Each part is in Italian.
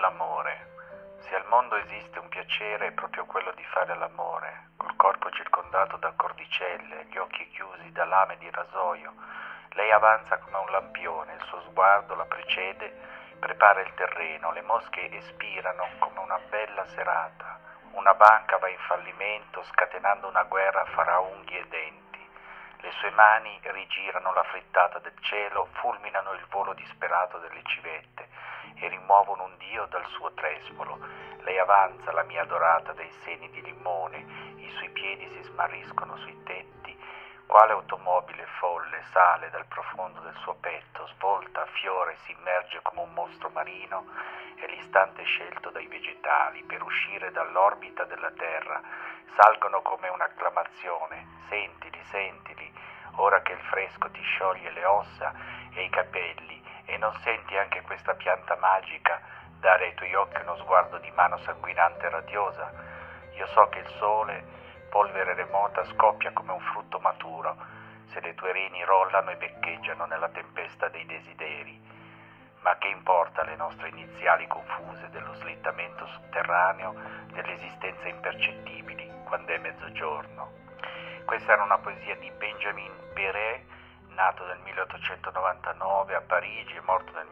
dell'amore. Se al mondo esiste un piacere è proprio quello di fare l'amore, col corpo circondato da cordicelle, gli occhi chiusi da lame di rasoio. Lei avanza come un lampione, il suo sguardo la precede, prepara il terreno, le mosche espirano come una bella serata. Una banca va in fallimento, scatenando una guerra fra unghie e denti. Le sue mani rigirano la frittata del cielo, fulminano il volo disperato delle civette e rimuovono un dio dal suo trespolo. Lei avanza, la mia adorata, dai seni di limone, i suoi piedi si smarriscono sui tetti. Quale automobile folle sale dal profondo del suo petto, svolta, fiore, si immerge come un mostro marino. È l'istante scelto dai vegetali per uscire dall'orbita della Terra. Salgono come un'acclamazione. Sentili, sentili, ora che il fresco ti scioglie le ossa e i capelli, e non senti anche questa pianta magica dare ai tuoi occhi uno sguardo di mano sanguinante e radiosa? Io so che il sole, polvere remota, scoppia come un frutto maturo, se le tue reni rollano e beccheggiano nella tempesta dei desideri. Ma che importa le nostre iniziali confuse dello slittamento sotterraneo delle esistenze impercettibili quando è mezzogiorno? Questa era una poesia di Benjamin Péret, nato nel 1899 a Parigi e morto nel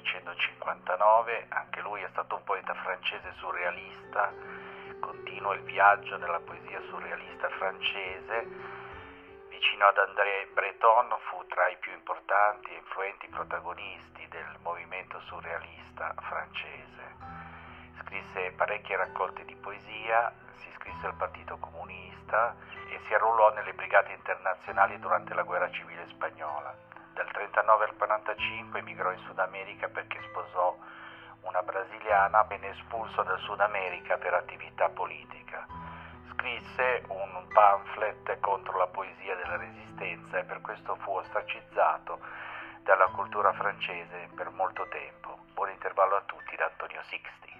1959. Anche lui è stato un poeta francese surrealista. Continua il viaggio nella poesia surrealista francese. Vicino ad André Breton fu tra i più importanti e influenti protagonisti del movimento surrealista francese. Scrisse parecchie raccolte di poesia, si iscrisse al Partito Comunista e si arruolò nelle brigate internazionali durante la guerra civile spagnola. Dal 1939 al 1945 emigrò in Sud America perché sposò una brasiliana, venne espulso dal Sud America per attività politica. Scrisse un pamphlet contro la poesia della Resistenza e per questo fu ostracizzato dalla cultura francese per molto tempo. Buon intervallo a tutti da Antonio Sixti.